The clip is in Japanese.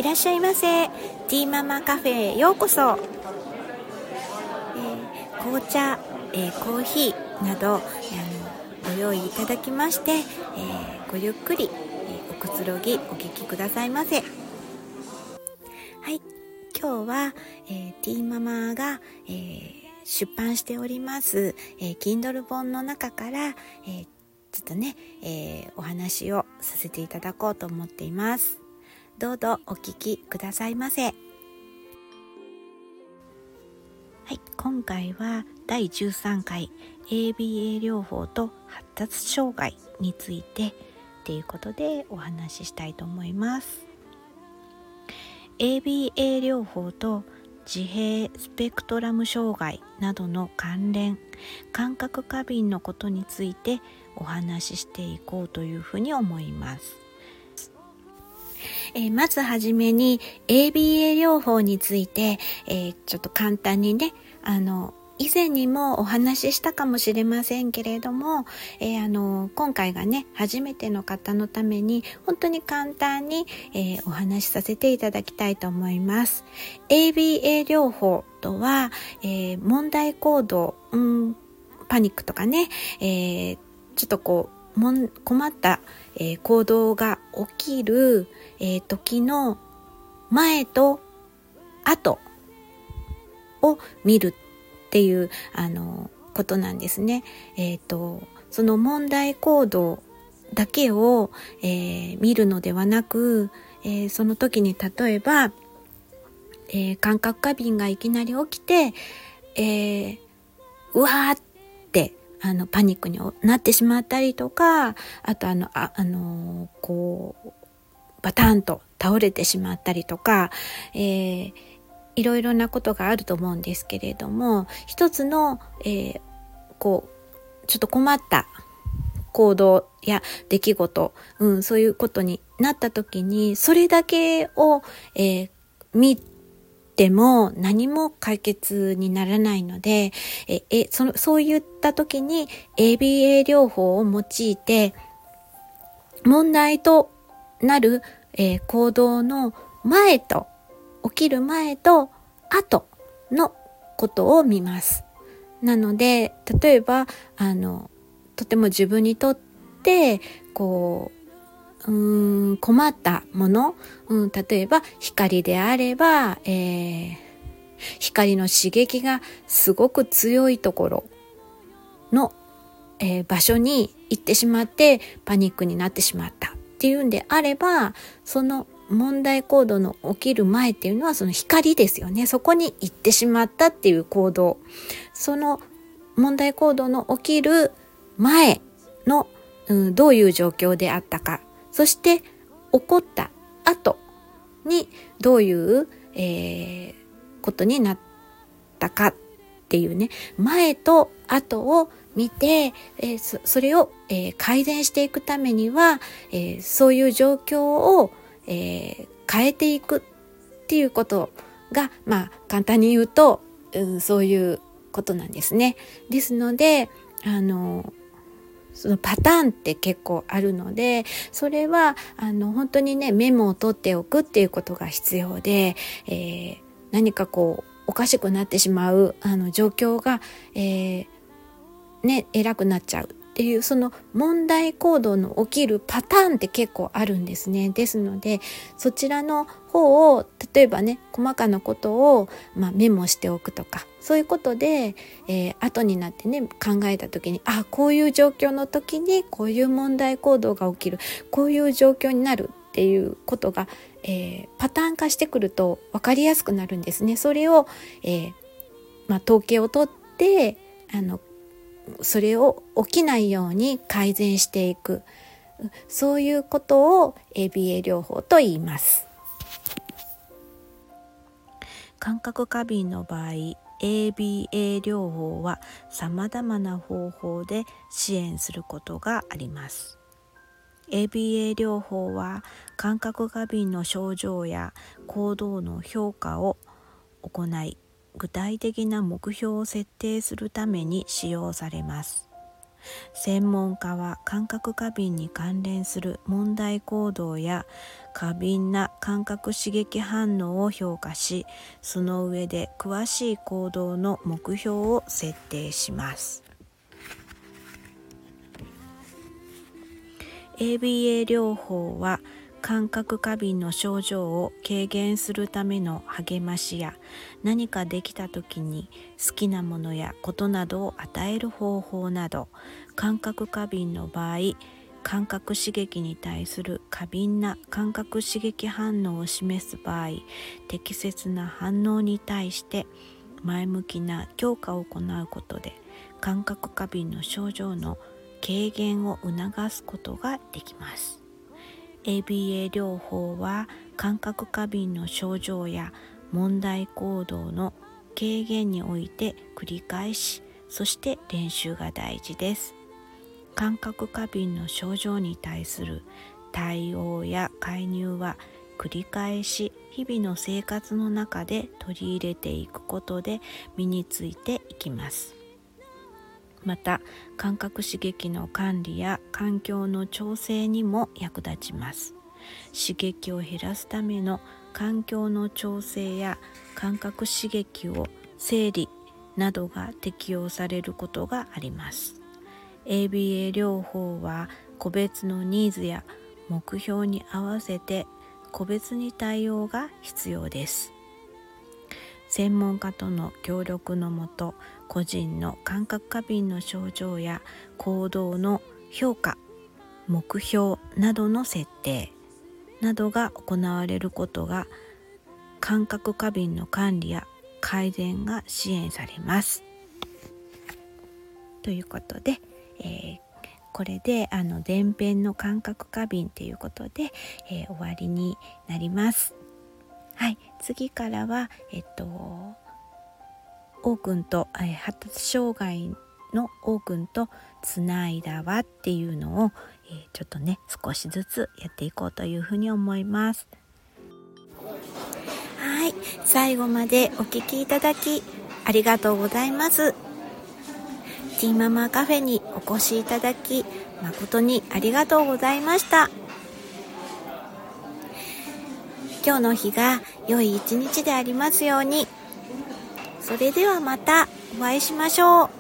らっしゃいませ。ティーママカフェへようこそ。紅茶、コーヒーなどご用意いただきまして、ごゆっくり、おくつろぎお聞きくださいませ。はい、今日は、ティーママが、出版しております、Kindle 本の中から、ちょっとね、お話をさせていただこうと思っています。どうぞお聞きくださいませ。はい、今回は第13回 ABA 療法と発達障害についてということでお話ししたいと思います。 ABA 療法と自閉スペクトラム障害などの関連、感覚過敏のことについてお話ししていこうというふうに思います。まずはじめに ABA 療法について、ちょっと簡単にね、以前にもお話ししたかもしれませんけれども、今回がね初めての方のために本当に簡単に、お話しさせていただきたいと思います。 ABA 療法とは、問題行動、パニックとかね、ちょっと困った、行動が起きる、時の前と後を見るっていうことなんですね。その問題行動だけを、見るのではなく、その時に例えば、感覚過敏がいきなり起きて、うわーってパニックになってしまったりとか、あとバタンと倒れてしまったりとか、いろいろなことがあると思うんですけれども、一つの、ちょっと困った行動や出来事、そういうことになった時にそれだけを、見ても何も解決にならないので、そういった時に ABA 療法を用いて問題となる、行動の起きる前と後のことを見ます。なので例えばとても自分にとって困ったもの、例えば光であれば、光の刺激がすごく強いところの、場所に行ってしまってパニックになってしまったっていうんであれば、その問題行動の起きる前っていうのはその光ですよね。そこに行ってしまったっていう行動、その問題行動の起きる前の、どういう状況であったか、そして起こった後にどういう、ことになったかっていうね、前と後を見て、それを、改善していくためには、そういう状況を、変えていくっていうことが、簡単に言うと、そういうことなんですね。ですのでそのパターンって結構あるので、それは本当にねメモを取っておくっていうことが必要で、何かおかしくなってしまう状況が、偉くなっちゃうっていう、その問題行動の起きるパターンって結構あるんですね。ですのでそちらの方を例えばね細かなことを、メモしておくとか、そういうことで、後になってね考えた時に、こういう状況の時にこういう問題行動が起きる、こういう状況になるっていうことが、パターン化してくると分かりやすくなるんですね。それを、統計を取ってそれを起きないように改善していく、そういうことを ABA 療法と言います。感覚過敏の場合、ABA 療法は様々な方法で支援することがあります。ABA 療法は感覚過敏の症状や行動の評価を行い、具体的な目標を設定するために使用されます。 専門家は感覚過敏に関連する問題行動や過敏な感覚刺激反応を評価し、その上で詳しい行動の目標を設定します。ABA 療法は感覚過敏の症状を軽減するための励ましや、何かできた時に好きなものやことなどを与える方法など、感覚過敏の場合、感覚刺激に対する過敏な感覚刺激反応を示す場合、適切な反応に対して前向きな強化を行うことで、感覚過敏の症状の軽減を促すことができます。ABA 療法は感覚過敏の症状や問題行動の軽減において繰り返し、そして練習が大事です。感覚過敏の症状に対する対応や介入は繰り返し日々の生活の中で取り入れていくことで身についていきます。また、感覚刺激の管理や環境の調整にも役立ちます。刺激を減らすための環境の調整や感覚刺激を整理などが適用されることがあります。ABA 療法は個別のニーズや目標に合わせて個別に対応が必要です。専門家との協力のもと、個人の感覚過敏の症状や行動の評価、目標などの設定などが行われることが、感覚過敏の管理や改善が支援されます。ということで、これで前編の感覚過敏ということで、終わりになります。はい、次からは王くんと、発達障害の王くんとつないだわっていうのを、ちょっとね少しずつやっていこうというふうに思います。はい、最後までお聞きいただきありがとうございます。ティーママカフェにお越しいただき誠にありがとうございました。今日の日が良い一日でありますように。それではまたお会いしましょう。